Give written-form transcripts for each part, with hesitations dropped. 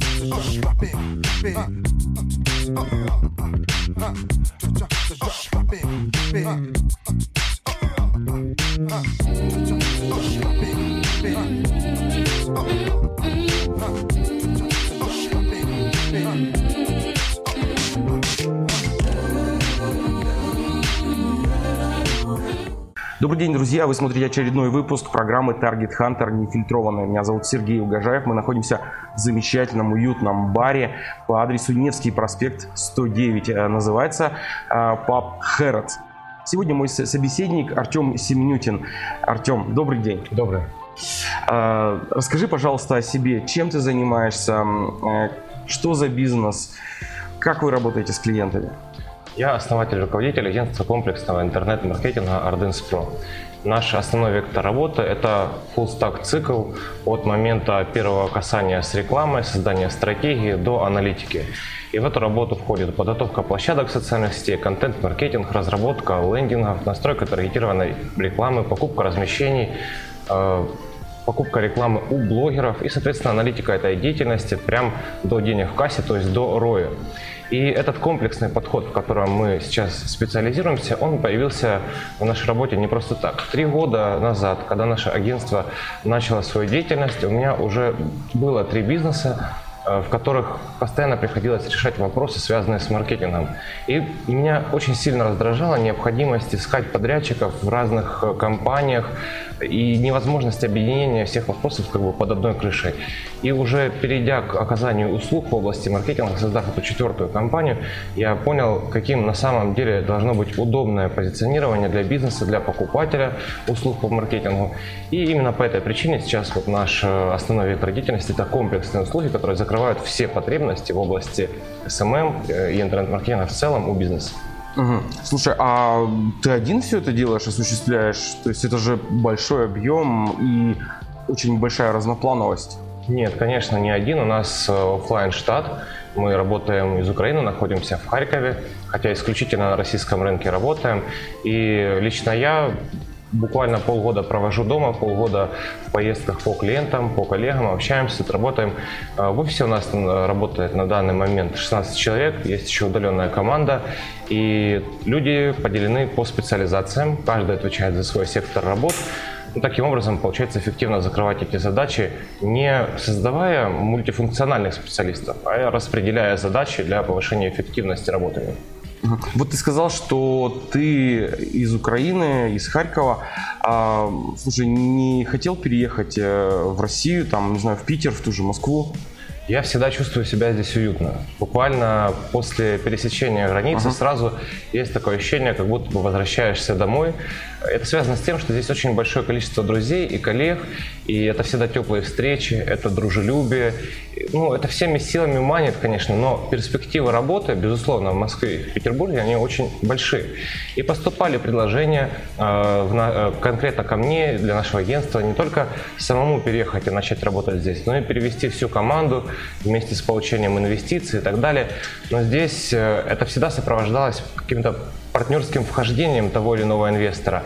Добрый день, друзья! Вы смотрите очередной выпуск программы Target Hunter Нефильтрованная. Меня зовут Сергей Угожаев. Мы находимся в замечательном, уютном баре по адресу Невский проспект 109. Называется паб Хэротс. Сегодня мой собеседник Артем Семенютин. Артем, добрый день. Добрый. Расскажи, пожалуйста, о себе. Чем ты занимаешься? Что за бизнес? Как вы работаете с клиентами? Я основатель и руководитель агентства комплексного интернет-маркетинга Ardens Pro. Наш основной вектор работы – это full-stack цикл от момента первого касания с рекламой, создания стратегии до аналитики. И в эту работу входит подготовка площадок социальных сетей, контент-маркетинг, разработка лендингов, настройка таргетированной рекламы, покупка размещений, покупка рекламы у блогеров и, соответственно, аналитика этой деятельности прям до денег в кассе, то есть до ROI. И этот комплексный подход, в котором мы сейчас специализируемся, он появился в нашей работе не просто так. 3 года назад, когда наше агентство начало свою деятельность, у меня уже было 3 бизнеса, в которых постоянно приходилось решать вопросы, связанные с маркетингом. И меня очень сильно раздражала необходимость искать подрядчиков в разных компаниях и невозможность объединения всех вопросов под одной крышей. И уже перейдя к оказанию услуг в области маркетинга, создав эту 4-ю компанию, я понял, каким на самом деле должно быть удобное позиционирование для бизнеса, для покупателя услуг по маркетингу. И именно по этой причине сейчас наш основной вектор деятельности – это комплексные услуги, которые закрывают все потребности в области SMM и интернет-маркетинга в целом у бизнеса. Угу. Слушай, а ты один все это делаешь, осуществляешь? То есть это же большой объем и очень большая разноплановость. Нет, конечно, не один. У нас офлайн штат. Мы работаем из Украины, находимся в Харькове, хотя исключительно на российском рынке работаем. И лично я буквально полгода провожу дома, полгода в поездках по клиентам, по коллегам, общаемся, работаем. В офисе у нас работает на данный момент 16 человек, есть еще удаленная команда, и люди поделены по специализациям, каждый отвечает за свой сектор работ. Таким образом, получается эффективно закрывать эти задачи, не создавая мультифункциональных специалистов, а распределяя задачи для повышения эффективности работы. Вот ты сказал, что ты из Украины, из Харькова. Слушай, не хотел переехать в Россию, там, не знаю, в Питер, в ту же Москву? Я всегда чувствую себя здесь уютно. Буквально после пересечения границы сразу есть такое ощущение, как будто бы возвращаешься домой. Это связано с тем, что здесь очень большое количество друзей и коллег, и это всегда теплые встречи, это дружелюбие. Ну, это всеми силами манит, конечно, но перспективы работы, безусловно, в Москве и в Петербурге, они очень большие. И поступали предложения конкретно ко мне, для нашего агентства, не только самому переехать и начать работать здесь, но и перевести всю команду вместе с получением инвестиций и так далее. Но здесь это всегда сопровождалось каким-то партнерским вхождением того или иного инвестора.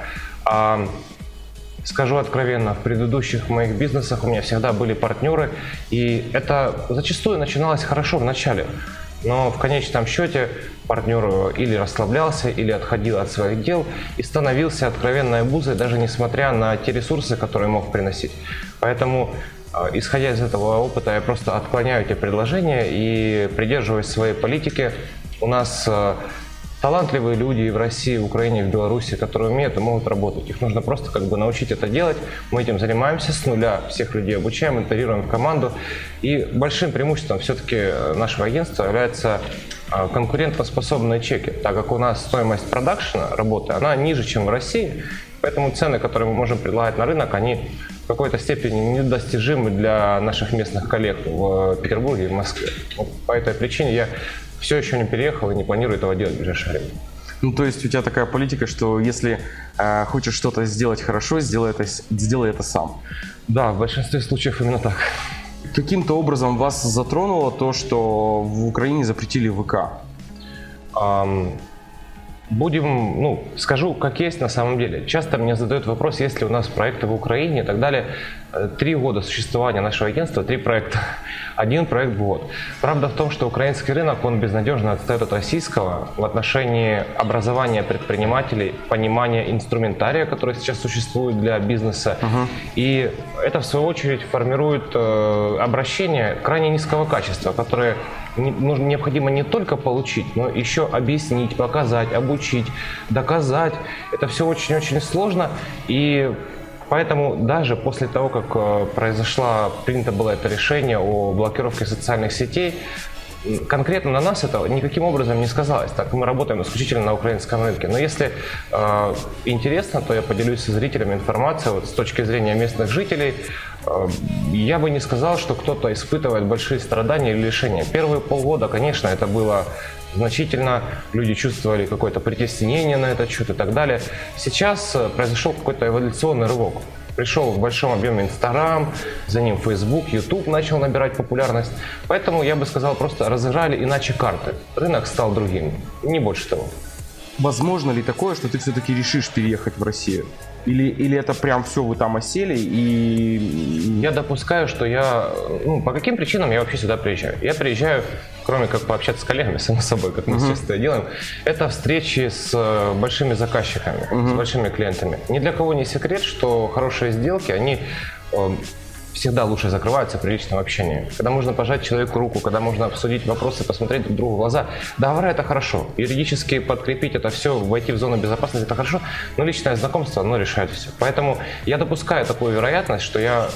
Скажу откровенно, в предыдущих моих бизнесах у меня всегда были партнеры, и это зачастую начиналось хорошо в начале. Но в конечном счете партнер или расслаблялся, или отходил от своих дел и становился откровенной обузой, даже несмотря на те ресурсы, которые мог приносить. Поэтому, исходя из этого опыта, я просто отклоняю эти предложения и придерживаюсь своей политики. У нас талантливые люди и в России, в Украине, в Беларуси, которые умеют и могут работать. Их нужно просто научить это делать. Мы этим занимаемся с нуля, всех людей обучаем, интегрируем в команду. И большим преимуществом все-таки нашего агентства является конкурентоспособные чеки, так как у нас стоимость продакшена работы, она ниже, чем в России. Поэтому цены, которые мы можем предлагать на рынок, они в какой-то степени недостижимы для наших местных коллег в Петербурге и в Москве. По этой причине я все еще не переехал и не планирую этого делать в ближайшее время. Ну, то есть у тебя такая политика, что если хочешь что-то сделать хорошо, сделай это сам. Да, в большинстве случаев именно так. Каким-то образом вас затронуло то, что в Украине запретили ВК? Скажу, как есть на самом деле. Часто мне задают вопрос, есть ли у нас проекты в Украине и так далее. 3 года существования нашего агентства, 3 проекта. один проект в год. Правда в том, что украинский рынок, он безнадежно отстает от российского в отношении образования предпринимателей, понимания инструментария, который сейчас существует для бизнеса. И это, в свою очередь, формирует обращение крайне низкого качества, которое необходимо не только получить, но еще объяснить, показать, обучить, доказать. Это все очень-очень сложно. И поэтому даже после того, как принято было это решение о блокировке социальных сетей, конкретно на нас это никаким образом не сказалось, так мы работаем исключительно на украинском рынке. Но если интересно, то я поделюсь со зрителями информацией с точки зрения местных жителей. Я бы не сказал, что кто-то испытывает большие страдания или лишения. Первые полгода, конечно, это было значительно, люди чувствовали какое-то притеснение на этот счет и так далее. Сейчас произошел какой-то эволюционный рывок. Пришел в большом объеме Инстаграм, за ним Фейсбук, Ютуб начал набирать популярность. Поэтому я бы сказал, просто разыграли иначе карты. Рынок стал другим, не больше того. Возможно ли такое, что ты все-таки решишь переехать в Россию? Или это прям все, вы там осели и... Я допускаю, что по каким причинам я вообще сюда приезжаю? Я приезжаю, кроме как пообщаться с коллегами, само собой, как мы сейчас это делаем, это встречи с большими заказчиками, с большими клиентами. Ни для кого не секрет, что хорошие сделки, они всегда лучше закрываются при личном общении. Когда можно пожать человеку руку, когда можно обсудить вопросы, посмотреть друг другу в глаза. Договора — это хорошо. Юридически подкрепить это все, войти в зону безопасности — это хорошо, но личное знакомство, оно решает все. Поэтому я допускаю такую вероятность, что я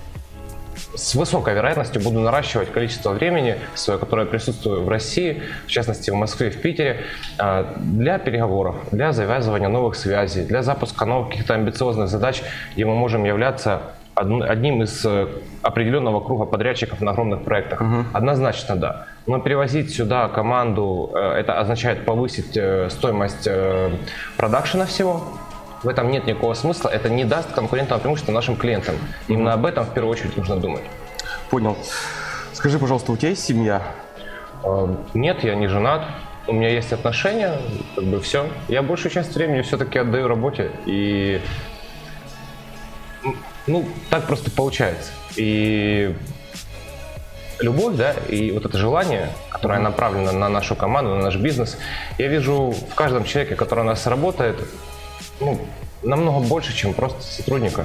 с высокой вероятностью буду наращивать количество времени свое, которое присутствую в России, в частности в Москве и в Питере, для переговоров, для завязывания новых связей, для запуска новых каких-то амбициозных задач, где мы можем являться одним из определенного круга подрядчиков на огромных проектах. Однозначно да. Но перевозить сюда команду, это означает повысить стоимость продакшена всего. В этом нет никакого смысла. Это не даст конкурентного преимущества нашим клиентам. Именно об этом в первую очередь нужно думать. Понял. Скажи, пожалуйста, у тебя есть семья? Нет, я не женат. У меня есть отношения, все. Я большую часть времени все-таки отдаю работе. И так просто получается. И любовь, да, и вот это желание, которое направлено на нашу команду, на наш бизнес, я вижу в каждом человеке, который у нас работает, намного больше, чем просто сотрудника.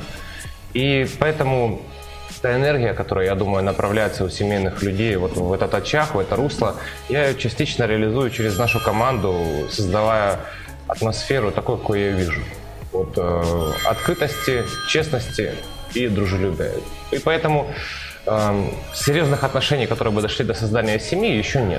И поэтому та энергия, которая, я думаю, направляется у семейных людей вот в этот очаг, в это русло, я ее частично реализую через нашу команду, создавая атмосферу такой, какой я ее вижу. Вот, открытости, честности и дружелюбия. И поэтому серьезных отношений, которые бы дошли до создания семьи, еще нет.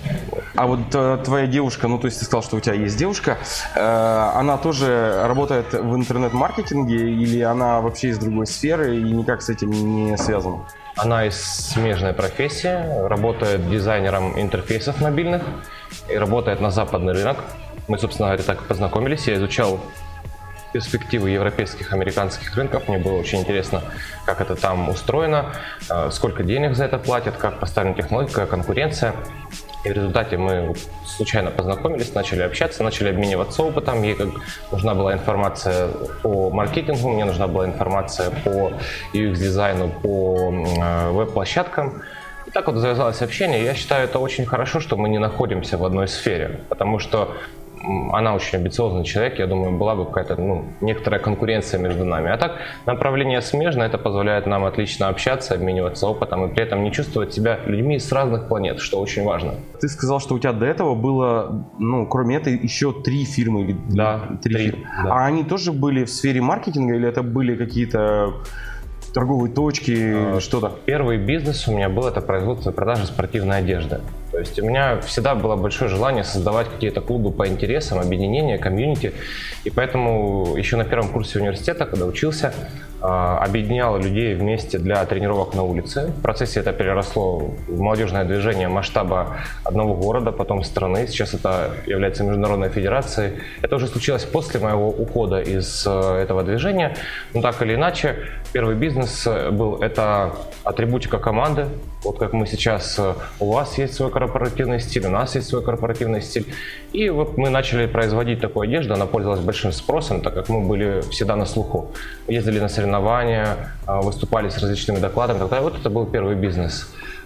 А вот твоя девушка, то есть ты сказал, что у тебя есть девушка, она тоже работает в интернет-маркетинге или она вообще из другой сферы и никак с этим не связана? Она из смежной профессии, работает дизайнером интерфейсов мобильных и работает на западный рынок. Мы, собственно говоря, так и познакомились. Я изучал перспективы европейских, американских рынков. Мне было очень интересно, как это там устроено, сколько денег за это платят, как поставлена технология, какая конкуренция. И в результате мы случайно познакомились, начали общаться, начали обмениваться опытом. Ей нужна была информация по маркетингу, мне нужна была информация по UX-дизайну, по веб-площадкам. И так вот завязалось общение. Я считаю, это очень хорошо, что мы не находимся в одной сфере, потому что она очень амбициозный человек, я думаю, была бы какая-то некоторая конкуренция между нами. А так, направление смежное, это позволяет нам отлично общаться, обмениваться опытом и при этом не чувствовать себя людьми с разных планет, что очень важно. Ты сказал, что у тебя до этого было, кроме этой, еще 3 фирмы. Да, 3. Да. А они тоже были в сфере маркетинга или это были какие-то торговые точки, что-то? Первый бизнес у меня был, это производство и продажа спортивной одежды. То есть у меня всегда было большое желание создавать какие-то клубы по интересам, объединения, комьюнити. И поэтому еще на первом курсе университета, когда учился, объединял людей вместе для тренировок на улице. В процессе это переросло в молодежное движение масштаба одного города, потом страны. Сейчас это является международной федерацией. Это уже случилось после моего ухода из этого движения. Но так или иначе, первый бизнес был это атрибутика команды. Вот как мы сейчас, у вас есть свой корпоративный стиль, у нас есть свой корпоративный стиль. И вот мы начали производить такую одежду, она пользовалась большим спросом, так как мы были всегда на слуху. Ездили на соревнования, выступали с различными докладами. Тогда вот это был первый бизнес.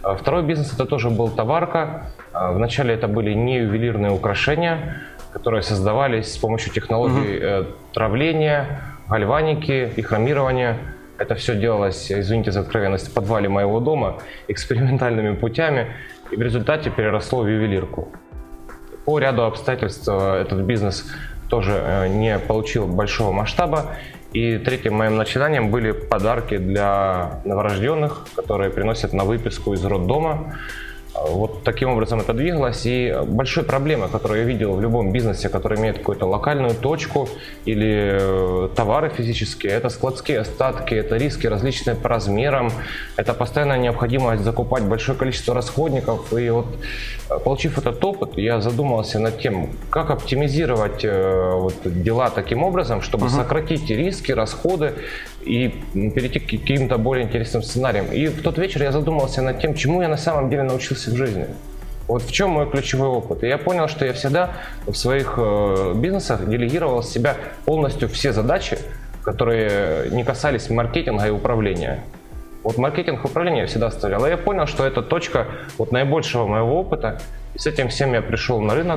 Второй бизнес это тоже был товарка. Вначале это были не ювелирные украшения, которые создавались с помощью технологий травления, гальваники и хромирования. Это все делалось, извините за откровенность, в подвале моего дома экспериментальными путями и в результате переросло в ювелирку. По ряду обстоятельств этот бизнес тоже не получил большого масштаба. И третьим моим начинанием были подарки для новорожденных, которые приносят на выписку из роддома. Вот таким образом это двигалось. И большой проблемой, которую я видел в любом бизнесе, который имеет какую-то локальную точку или товары физические, это складские остатки, это риски различные по размерам, это постоянная необходимость закупать большое количество расходников. И вот, получив этот опыт, я задумался над тем, как оптимизировать дела таким образом, чтобы сократить риски, расходы и перейти к каким-то более интересным сценариям. И в тот вечер я задумался над тем, чему я на самом деле научился в жизни. Вот в чем мой ключевой опыт. И я понял, что я всегда в своих бизнесах делегировал с себя полностью все задачи, которые не касались маркетинга и управления. Вот маркетинг и управление я всегда оставлял. И я понял, что это точка наибольшего моего опыта. И с этим всем я пришел на рынок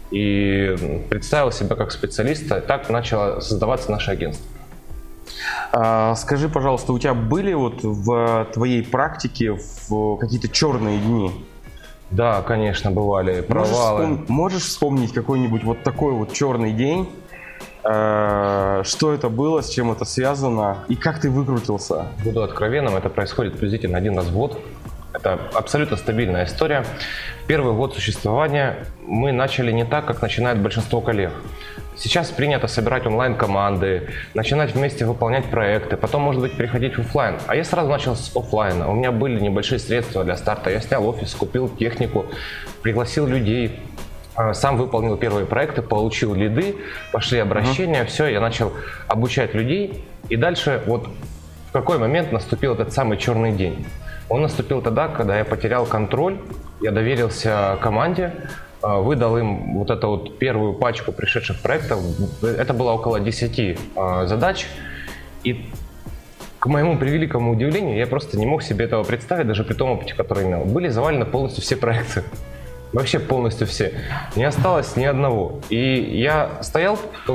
и представил себя как специалиста. И так начало создаваться наше агентство. Скажи, пожалуйста, у тебя были в твоей практике какие-то черные дни? Да, конечно, бывали провалы. Можешь вспомнить какой-нибудь вот такой вот черный день? Что это было, с чем это связано и как ты выкрутился? Буду откровенным, это происходит приблизительно один раз в год. Это абсолютно стабильная история. Первый год существования мы начали не так, как начинает большинство коллег. Сейчас принято собирать онлайн-команды, начинать вместе выполнять проекты, потом, может быть, переходить в офлайн. А я сразу начал с офлайна. У меня были небольшие средства для старта. Я снял офис, купил технику, пригласил людей, сам выполнил первые проекты, получил лиды, пошли обращения, все, я начал обучать людей. И дальше вот в какой момент наступил этот самый черный день? Он наступил тогда, когда я потерял контроль, я доверился команде, выдал им вот эту вот первую пачку пришедших проектов. Это было около 10 задач. И к моему превеликому удивлению, я просто не мог себе этого представить, даже при том опыте, который имел. Были завалены полностью все проекты. Вообще полностью все. Не осталось ни одного. И я стоял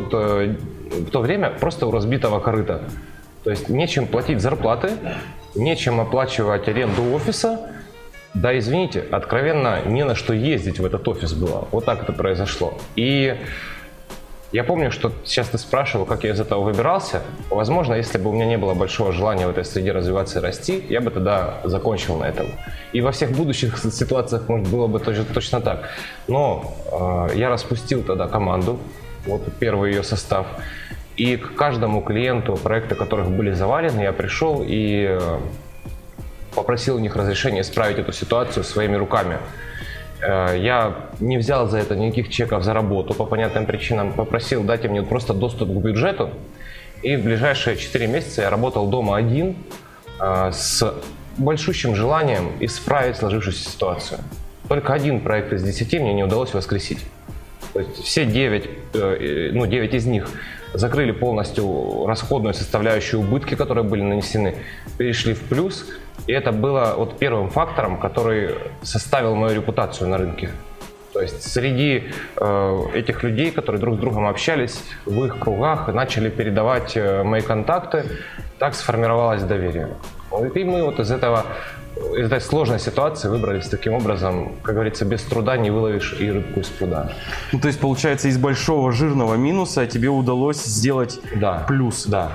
в то время просто у разбитого корыта. То есть нечем платить зарплаты, нечем оплачивать аренду офиса. Да, извините, откровенно не на что ездить в этот офис было. Вот так это произошло. И я помню, что сейчас ты спрашивал, как я из этого выбирался. Возможно, если бы у меня не было большого желания в этой среде развиваться и расти, я бы тогда закончил на этом. И во всех будущих ситуациях, может, было бы точно так. Но я распустил тогда команду, вот первый ее состав. И к каждому клиенту, проекты которых были завалены, я пришел и попросил у них разрешения исправить эту ситуацию своими руками. Я не взял за это никаких чеков за работу по понятным причинам, попросил дать мне просто доступ к бюджету. И в ближайшие 4 месяца я работал дома один с большущим желанием исправить сложившуюся ситуацию. Только один проект из 10 мне не удалось воскресить. То есть все 9 из них закрыли полностью расходную составляющую убытки, которые были нанесены, перешли в плюс. И это было вот первым фактором, который составил мою репутацию на рынке. То есть среди этих людей, которые друг с другом общались, в их кругах начали передавать мои контакты, так сформировалось доверие. И мы вот из этой сложной ситуации выбрались таким образом, как говорится, без труда не выловишь и рыбку из пруда. Ну, то есть, получается, из большого жирного минуса тебе удалось сделать плюс. Да.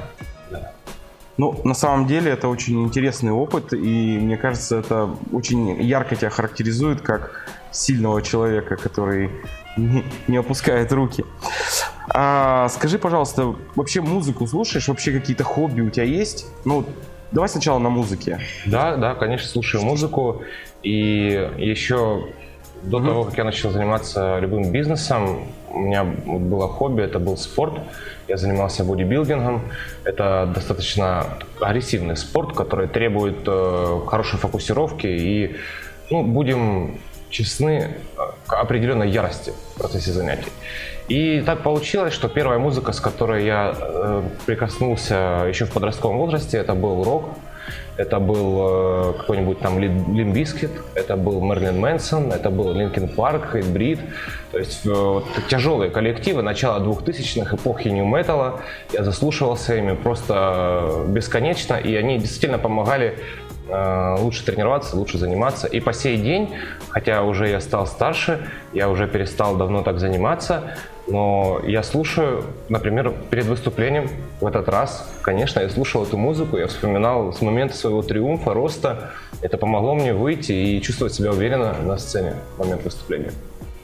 Ну, на самом деле, это очень интересный опыт, и мне кажется, это очень ярко тебя характеризует как сильного человека, который не опускает руки. Скажи, пожалуйста, вообще музыку слушаешь? Вообще какие-то хобби у тебя есть? Ну, давай сначала на музыке. Да, конечно, слушаю музыку. И еще до того, как я начал заниматься любым бизнесом, у меня было хобби, это был спорт. Я занимался бодибилдингом. Это достаточно агрессивный спорт, который требует хорошей фокусировки и, будем честны, определенной ярости в процессе занятий. И так получилось, что первая музыка, с которой я прикоснулся еще в подростковом возрасте, это был рок. Это был какой-нибудь там Limp Bizkit, это был Мэрилин Мэнсон, это был Linkin Park, Hatebreed. То есть вот, тяжелые коллективы начала 2000-х, эпохи нью-металла. Я заслушивался ими просто бесконечно, и они действительно помогали лучше тренироваться, лучше заниматься. И по сей день, хотя уже я стал старше, я уже перестал давно так заниматься, но я слушаю, например, перед выступлением в этот раз, конечно, я слушал эту музыку, я вспоминал с момента своего триумфа, роста. Это помогло мне выйти и чувствовать себя уверенно на сцене в момент выступления.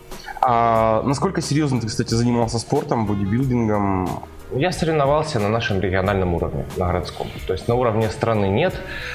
А насколько серьезно ты, кстати, занимался спортом, бодибилдингом? Я соревновался на нашем региональном уровне, на городском. То есть на уровне страны нет.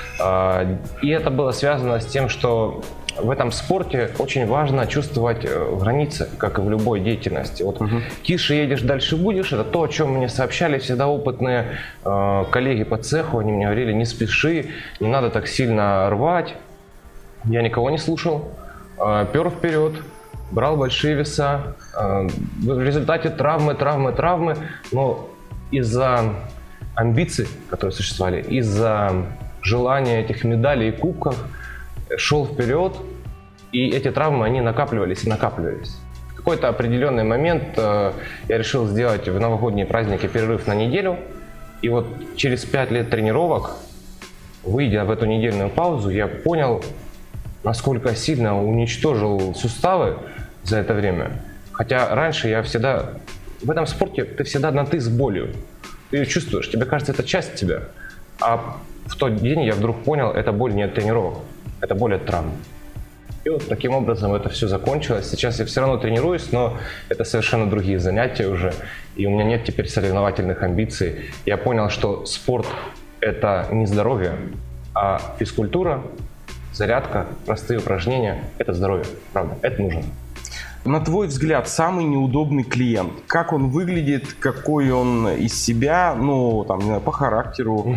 И это было связано с тем, что в этом спорте очень важно чувствовать границы, как и в любой деятельности. Вот тише едешь, дальше будешь. Это то, о чем мне сообщали всегда опытные коллеги по цеху. Они мне говорили: не спеши, не надо так сильно рвать. Я никого не слушал, пер вперед. Брал большие веса, в результате травмы, но из-за амбиций, которые существовали, из-за желания этих медалей и кубков, шел вперед, и эти травмы, они накапливались. В какой-то определенный момент я решил сделать в новогодние праздники перерыв на неделю, и вот через 5 лет тренировок, выйдя в эту недельную паузу, я понял, насколько сильно уничтожил суставы за это время. Хотя раньше я всегда... В этом спорте ты всегда на «ты» с болью. Ты ее чувствуешь, тебе кажется, это часть тебя. А в тот день я вдруг понял, это боль не от тренировок, это боль от травм. И вот таким образом это все закончилось. Сейчас я все равно тренируюсь, но это совершенно другие занятия уже. И у меня нет теперь соревновательных амбиций. Я понял, что спорт – это не здоровье, а физкультура, зарядка, простые упражнения – это здоровье. Правда, это нужно. На твой взгляд, самый неудобный клиент? Как он выглядит, какой он из себя, ну, там, не знаю, по характеру?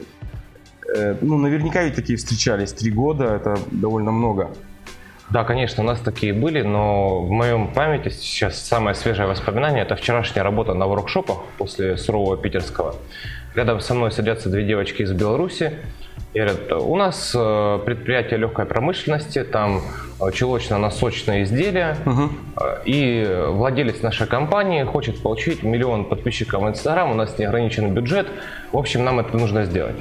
Ну, наверняка ведь такие встречались. 3 года – это довольно много. Да, конечно, у нас такие были, но в моем памяти сейчас самое свежее воспоминание – это вчерашняя работа на воркшопах после сурового питерского. Рядом со мной садятся 2 девочки из Беларуси и говорят: у нас предприятие легкой промышленности, там чулочно-носочные изделия, и владелец нашей компании хочет получить 1 миллион подписчиков в Инстаграм, у нас неограниченный бюджет, в общем, нам это нужно сделать.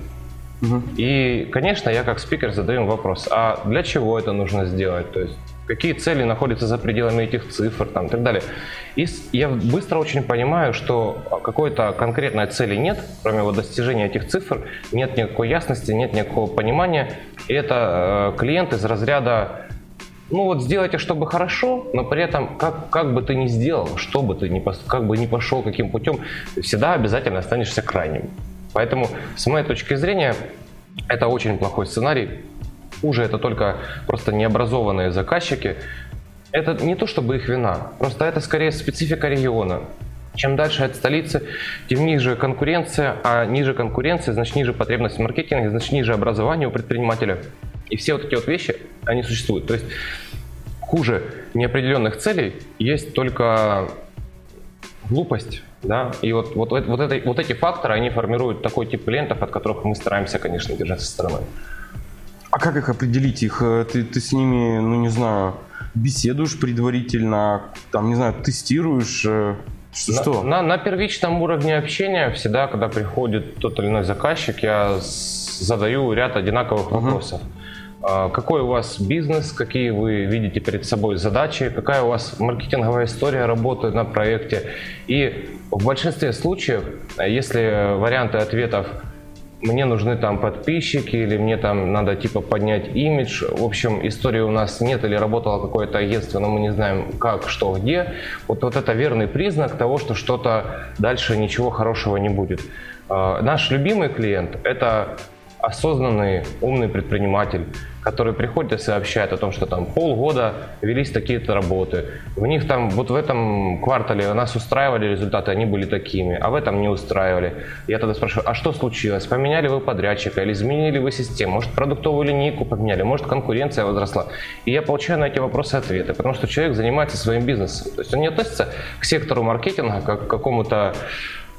И, конечно, я как спикер задаю им вопрос: а для чего это нужно сделать? То есть какие цели находятся за пределами этих цифр там, и так далее. И я быстро очень понимаю, что какой-то конкретной цели нет, кроме вот достижения этих цифр, нет никакой ясности, нет никакого понимания. И это клиент из разряда: ну вот сделайте, чтобы хорошо, но при этом как бы ты ни сделал, что бы ты как бы ни пошел, каким путем, ты всегда обязательно останешься крайним. Поэтому, с моей точки зрения, это очень плохой сценарий. Хуже это только просто необразованные заказчики. Это не то чтобы их вина, просто это скорее специфика региона. Чем дальше от столицы, тем ниже конкуренция, а ниже конкуренция, значит ниже потребность в маркетинге, значит ниже образование у предпринимателя. И все вот эти вот вещи, они существуют. То есть хуже неопределенных целей есть только глупость. Да? И вот эти факторы, они формируют такой тип клиентов, от которых мы стараемся, конечно, держаться стороной. А как их определить? Ты с ними, ну не знаю, беседуешь предварительно, там, не знаю, тестируешь? Что? На первичном уровне общения всегда, когда приходит тот или иной заказчик, я задаю ряд одинаковых вопросов. Какой у вас бизнес, какие вы видите перед собой задачи, какая у вас маркетинговая история работы на проекте. И в большинстве случаев, если варианты ответов «мне нужны там подписчики» или «мне там надо типа поднять имидж», в общем, истории у нас нет или работало какое-то агентство, но мы не знаем как, что, где, вот это верный признак того, что что-то дальше ничего хорошего не будет. Наш любимый клиент – это осознанный, умный предприниматель, который приходит и сообщает о том, что там полгода велись такие-то работы. В них там, вот в этом квартале нас устраивали результаты, они были такими, а в этом не устраивали. Я тогда спрашиваю: а что случилось? Поменяли вы подрядчика или изменили вы систему? Может, продуктовую линейку поменяли? Может, конкуренция возросла? И я получаю на эти вопросы ответы, потому что человек занимается своим бизнесом. То есть он не относится к сектору маркетинга как к какому-то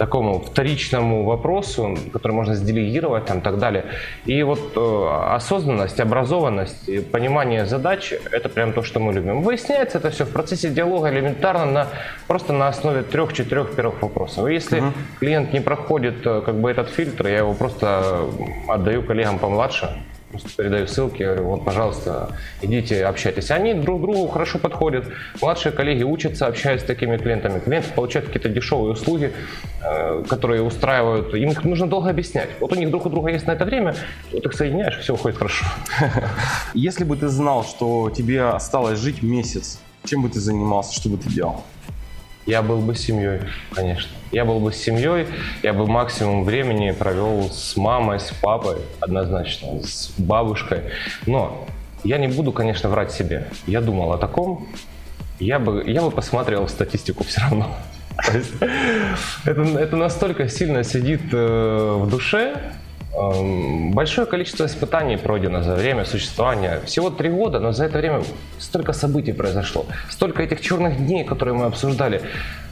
такому вторичному вопросу, который можно сделегировать там, и так далее. И вот осознанность, образованность, понимание задач – это прям то, что мы любим. Выясняется это все в процессе диалога элементарно, просто на основе 3-4 первых вопросов. И если клиент не проходит как бы этот фильтр, я его просто отдаю коллегам помладше. Просто передаю ссылки, говорю, вот, пожалуйста, идите, общайтесь. Они друг другу хорошо подходят. Младшие коллеги учатся, общаясь с такими клиентами. Клиенты получают какие-то дешевые услуги, которые устраивают. Им их нужно долго объяснять. Вот у них друг у друга есть на это время, вот их соединяешь, все уходит хорошо. Если бы ты знал, что тебе осталось жить месяц, чем бы ты занимался, что бы ты делал? Я был бы с семьей, конечно. Я был бы с семьей, я бы максимум времени провел с мамой, с папой, однозначно, с бабушкой. Но я не буду, конечно, врать себе. Я думал о таком, я бы посмотрел статистику все равно. То есть, это настолько сильно сидит в душе. Большое количество испытаний пройдено за время существования. Всего 3 года, но за это время столько событий произошло. Столько этих черных дней, которые мы обсуждали.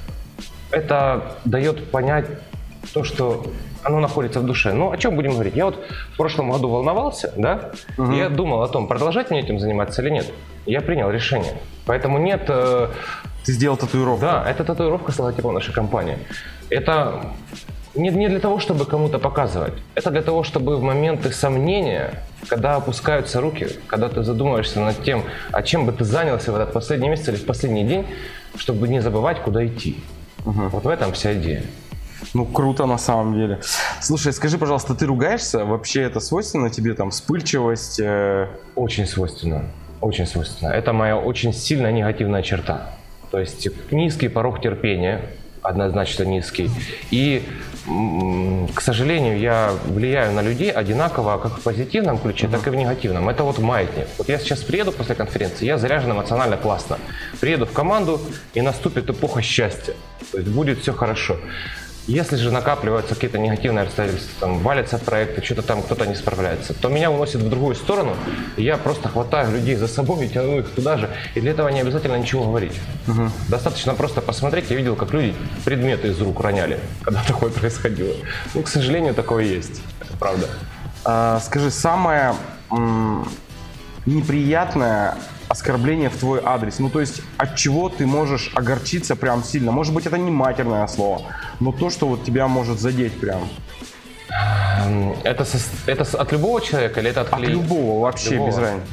Это дает понять то, что оно находится в душе. Ну, о чем будем говорить? Я вот в прошлом году волновался, да? Я думал о том, продолжать мне этим заниматься или нет. Я принял решение. Поэтому нет... Ты сделал татуировку? Да, это татуировка с логотипом нашей компании. Это... Не для того, чтобы кому-то показывать. Это для того, чтобы в моменты сомнения, когда опускаются руки, когда ты задумываешься над тем, а чем бы ты занялся в этот последний месяц или в последний день, чтобы не забывать, куда идти. Вот в этом вся идея. Ну, круто на самом деле. Слушай, скажи, пожалуйста, ты ругаешься? Вообще это свойственно тебе, там, вспыльчивость? Очень свойственно. Очень свойственно. Это моя очень сильная негативная черта. То есть низкий порог терпения, однозначно низкий. И, к сожалению, я влияю на людей одинаково как в позитивном ключе, так и в негативном. Это вот маятник. Вот я сейчас приеду после конференции, я заряжен эмоционально классно. Приеду в команду, и наступит эпоха счастья. То есть будет все хорошо. Если же накапливаются какие-то негативные обстоятельства, там, валятся проекты, что-то там кто-то не справляется, то меня уносит в другую сторону, и я просто хватаю людей за собой и тяну их туда же. И для этого не обязательно ничего говорить. Достаточно просто посмотреть. Я видел, как люди предметы из рук роняли, когда такое происходило. Ну, к сожалению, такое есть. Это правда. Скажи, самое неприятное оскорбление в твой адрес? Ну, то есть, от чего ты можешь огорчиться прям сильно? Может быть, это не матерное слово, но то, что вот тебя может задеть прям. Это от любого человека или это от клиента? От любого, вообще любого. Без разницы.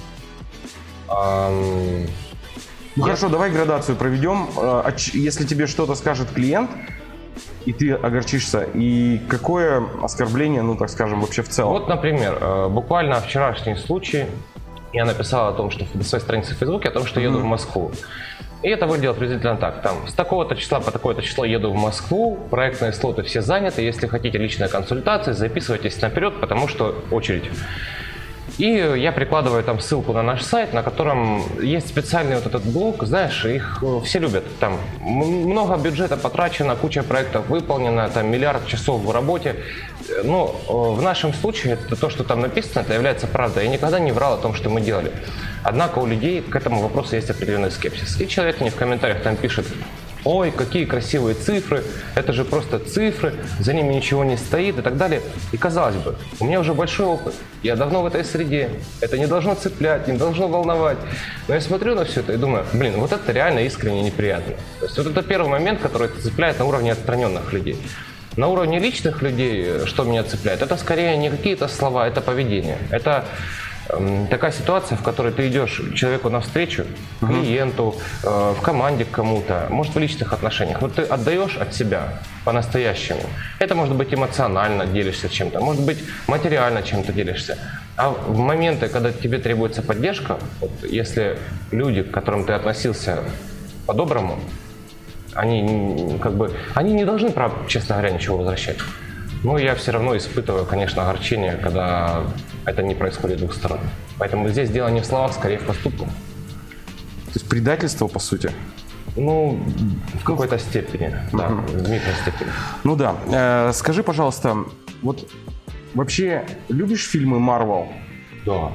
Ну хорошо, давай градацию проведем. Если тебе что-то скажет клиент, и ты огорчишься, и какое оскорбление, ну, так скажем, вообще в целом? Вот, например, буквально вчерашний случай. Я написал о том, что на своей странице в Фейсбуке, о том, что еду в Москву. И это выглядело приблизительно так. Там, с такого-то числа по такое-то число еду в Москву, проектные слоты все заняты. Если хотите личные консультации, записывайтесь наперед, потому что очередь. И я прикладываю там ссылку на наш сайт, на котором есть специальный вот этот блок, знаешь, их все любят. Там много бюджета потрачено, куча проектов выполнена, там миллиард часов в работе. Но в нашем случае это то, что там написано, это является правдой. Я никогда не врал о том, что мы делали. Однако у людей к этому вопросу есть определенный скепсис. И человек мне в комментариях там пишет: ой, какие красивые цифры, это же просто цифры, за ними ничего не стоит и так далее. И казалось бы, у меня уже большой опыт, я давно в этой среде, это не должно цеплять, не должно волновать. Но я смотрю на все это и думаю, блин, вот это реально искренне неприятно. То есть вот это первый момент, который цепляет на уровне отстраненных людей. На уровне личных людей, что меня цепляет, это скорее не какие-то слова, это поведение. Это такая ситуация, в которой ты идешь человеку навстречу, клиенту, в команде к кому-то, может в личных отношениях, но ты отдаешь от себя по-настоящему. Это может быть эмоционально делишься чем-то, может быть материально чем-то делишься. А в моменты, когда тебе требуется поддержка, вот если люди, к которым ты относился по-доброму, они не должны, честно говоря, ничего возвращать. Но я все равно испытываю, конечно, огорчение, когда это не происходит с двух сторон. Поэтому здесь дело не в словах, скорее в поступках. То есть предательство, по сути? Ну, в какой-то степени, да, в микро степени. Ну да. Скажи, пожалуйста, вот вообще любишь фильмы Marvel? Да.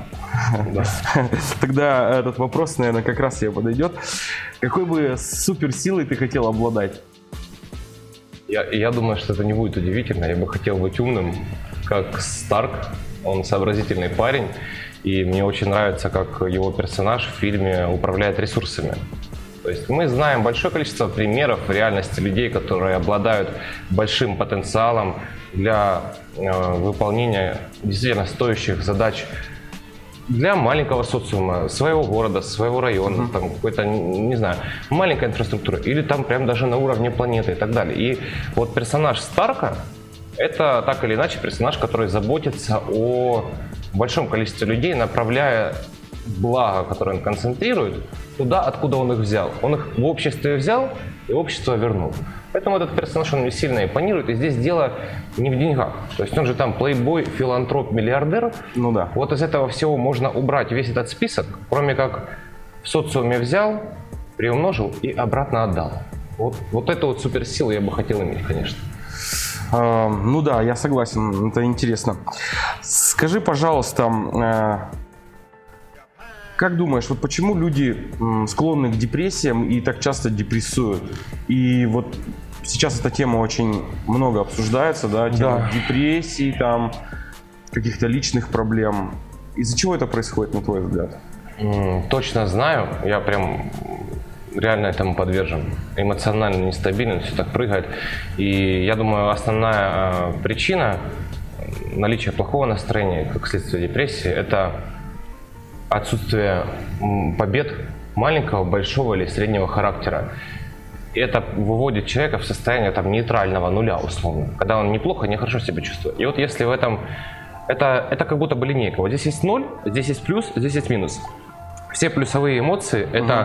Тогда этот вопрос, наверное, как раз тебе подойдет. Какой бы суперсилой ты хотел обладать? Я думаю, что это не будет удивительно. Я бы хотел быть умным, как Старк. Он сообразительный парень. И мне очень нравится, как его персонаж в фильме управляет ресурсами. То есть мы знаем большое количество примеров в реальности людей, которые обладают большим потенциалом для выполнения действительно стоящих задач для маленького социума, своего города, своего района, там какой-то, не знаю, маленькая инфраструктура, или там прям даже на уровне планеты и так далее. И вот персонаж Старка — это так или иначе персонаж, который заботится о большом количестве людей, направляя благо, которое он концентрирует, туда, откуда он их взял. Он их в обществе взял и общество вернул. Поэтому этот персонаж, он мне сильно импонирует. И здесь дело не в деньгах. То есть он же там плейбой, филантроп, миллиардер. Ну да. Вот из этого всего можно убрать весь этот список, кроме как в социуме взял, приумножил и обратно отдал. Вот эту вот суперсилу я бы хотел иметь, конечно. Ну да, я согласен, это интересно. Скажи, пожалуйста, как думаешь, вот почему люди склонны к депрессиям и так часто депрессуют? И вот сейчас эта тема очень много обсуждается, да, тема депрессии, там, каких-то личных проблем. Из-за чего это происходит, на твой взгляд? Точно знаю, я прям реально этому подвержен. Эмоционально нестабилен, все так прыгает. И я думаю, основная причина наличия плохого настроения, как следствие депрессии, это отсутствие побед маленького, большого или среднего характера. И это выводит человека в состояние там нейтрального нуля, условно. Когда он неплохо, нехорошо себя чувствует. И вот если в этом... Это как будто бы линейка. Вот здесь есть ноль, здесь есть плюс, здесь есть минус. Все плюсовые эмоции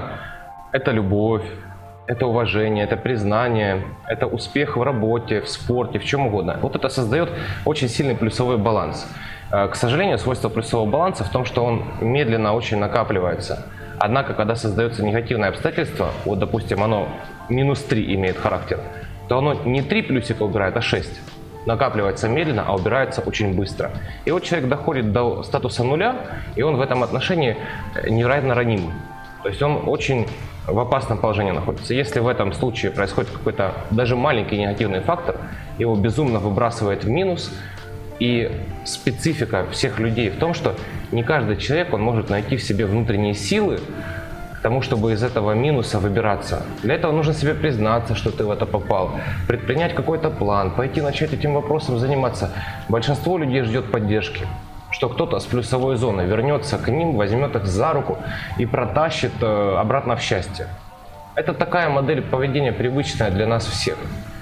это любовь, это уважение, это признание, это успех в работе, в спорте, в чем угодно. Вот это создает очень сильный плюсовой баланс. К сожалению, свойство плюсового баланса в том, что он медленно очень накапливается. Однако, когда создается негативное обстоятельство, вот, допустим, оно минус 3 имеет характер, то оно не 3 плюсика убирает, а 6. Накапливается медленно, а убирается очень быстро. И вот человек доходит до статуса нуля, и он в этом отношении невероятно раним. То есть он очень в опасном положении находится. Если в этом случае происходит какой-то даже маленький негативный фактор, его безумно выбрасывает в минус. И специфика всех людей в том, что не каждый человек он может найти в себе внутренние силы к тому, чтобы из этого минуса выбираться. Для этого нужно себе признаться, что ты в это попал, предпринять какой-то план, пойти начать этим вопросом заниматься. Большинство людей ждет поддержки, что кто-то с плюсовой зоны вернется к ним, возьмет их за руку и протащит обратно в счастье. Это такая модель поведения привычная для нас всех.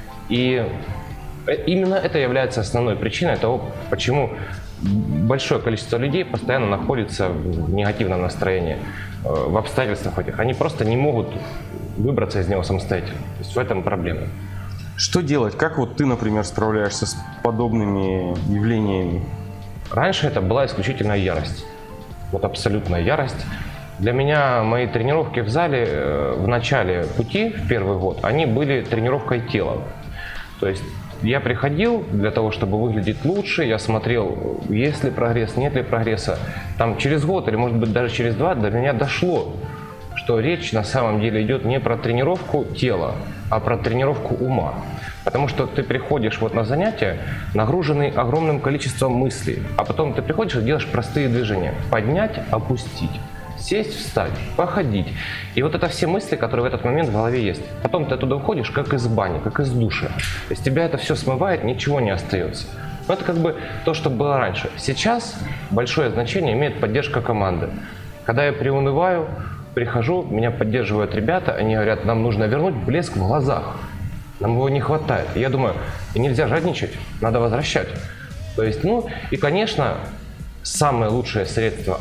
И именно это является основной причиной того, почему большое количество людей постоянно находится в негативном настроении, в обстоятельствах этих. Они просто не могут выбраться из него самостоятельно. То есть в этом проблема. Что делать? Как вот ты, например, справляешься с подобными явлениями? Раньше это была исключительная ярость. Вот абсолютная ярость. Для меня мои тренировки в зале в начале пути, в первый год, они были тренировкой тела. То есть я приходил для того, чтобы выглядеть лучше, я смотрел, есть ли прогресс, нет ли прогресса. Там через год или, может быть, даже через 2 до меня дошло, что речь на самом деле идет не про тренировку тела, а про тренировку ума. Потому что ты приходишь вот на занятия, нагруженный огромным количеством мыслей, а потом ты приходишь и делаешь простые движения. Поднять, опустить. Сесть, встать, походить. И вот это все мысли, которые в этот момент в голове есть. Потом ты оттуда выходишь, как из бани, как из душа. Из тебя это все смывает, ничего не остается. Но это как бы то, что было раньше. Сейчас большое значение имеет поддержка команды. Когда я приунываю, прихожу, меня поддерживают ребята, они говорят, нам нужно вернуть блеск в глазах. Нам его не хватает. И я думаю, нельзя жадничать, надо возвращать. То есть, и, конечно, самое лучшее средство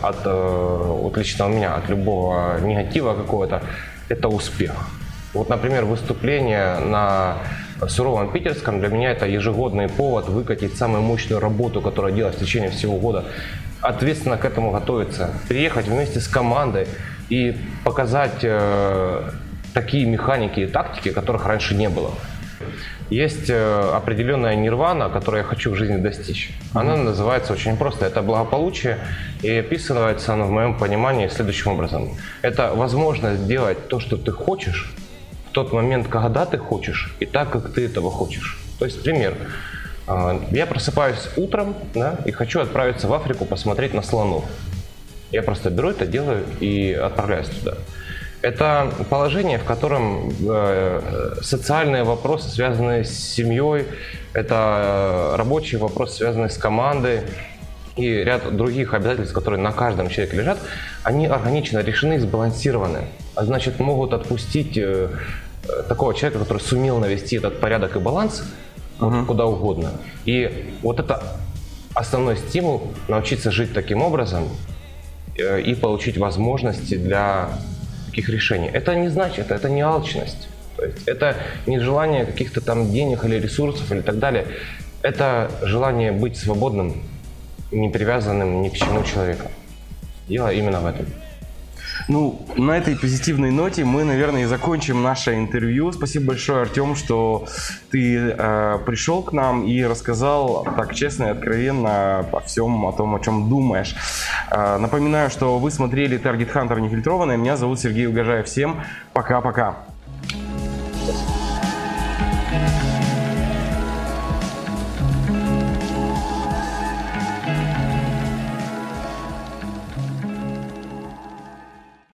от лично у меня, от любого негатива какого-то, это успех. Вот, например, выступление на суровом питерском для меня это ежегодный повод выкатить самую мощную работу, которую я делаю в течение всего года, ответственно к этому готовиться, приехать вместе с командой и показать такие механики и тактики, которых раньше не было. Есть определенная нирвана, которую я хочу в жизни достичь. Она называется очень просто. Это благополучие. И описывается оно в моем понимании следующим образом. Это возможность делать то, что ты хочешь, в тот момент, когда ты хочешь, и так, как ты этого хочешь. То есть, пример. Я просыпаюсь утром, да, и хочу отправиться в Африку посмотреть на слонов. Я просто беру это, делаю и отправляюсь туда. Это положение, в котором социальные вопросы, связанные с семьей, это рабочие вопросы, связанные с командой, и ряд других обязательств, которые на каждом человеке лежат, они органично решены и сбалансированы. А значит, могут отпустить такого человека, который сумел навести этот порядок и баланс, куда угодно. И вот это основной стимул — научиться жить таким образом и получить возможности для таких решений. Это не значит, это не алчность. То есть это не желание каких-то там денег или ресурсов или так далее. Это желание быть свободным, не привязанным ни к чему человеком. Дело именно в этом. Ну, на этой позитивной ноте мы, наверное, и закончим наше интервью. Спасибо большое, Артем, что ты пришел к нам и рассказал так честно и откровенно о всем, о том, о чем думаешь. Напоминаю, что вы смотрели Target Hunter нефильтрованное. Меня зовут Сергей Угожаев. Всем пока-пока.